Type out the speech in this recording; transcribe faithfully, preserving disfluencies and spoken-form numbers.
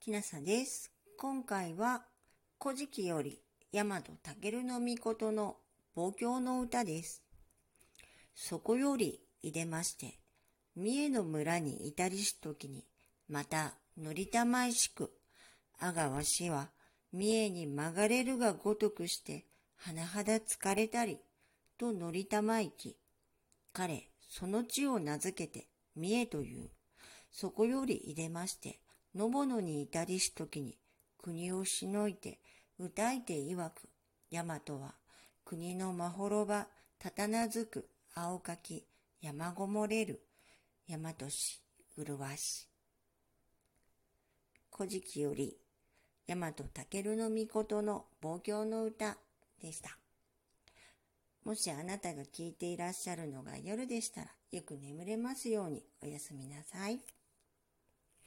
きなさです。今回は古事記より大和武の命の望郷の歌です。そこよりいでまして、三重の村にいたりしときに、また乗りたまいしく、あがわしは三重に曲がれるがごとくして、はなはだ疲れたり、と乗りたまいき、彼、その地を名付けて三重という。そこよりいでまして、のぼのにいたりしときに、国をしのいて、歌いていわく、大和は、国のまほろば、たたなずく、青かき、山ごもれる、大和市、うるわし。古事記より、大和武の命の望郷の歌でした。もしあなたが聞いていらっしゃるのが夜でしたら、よく眠れますようにおやすみなさい。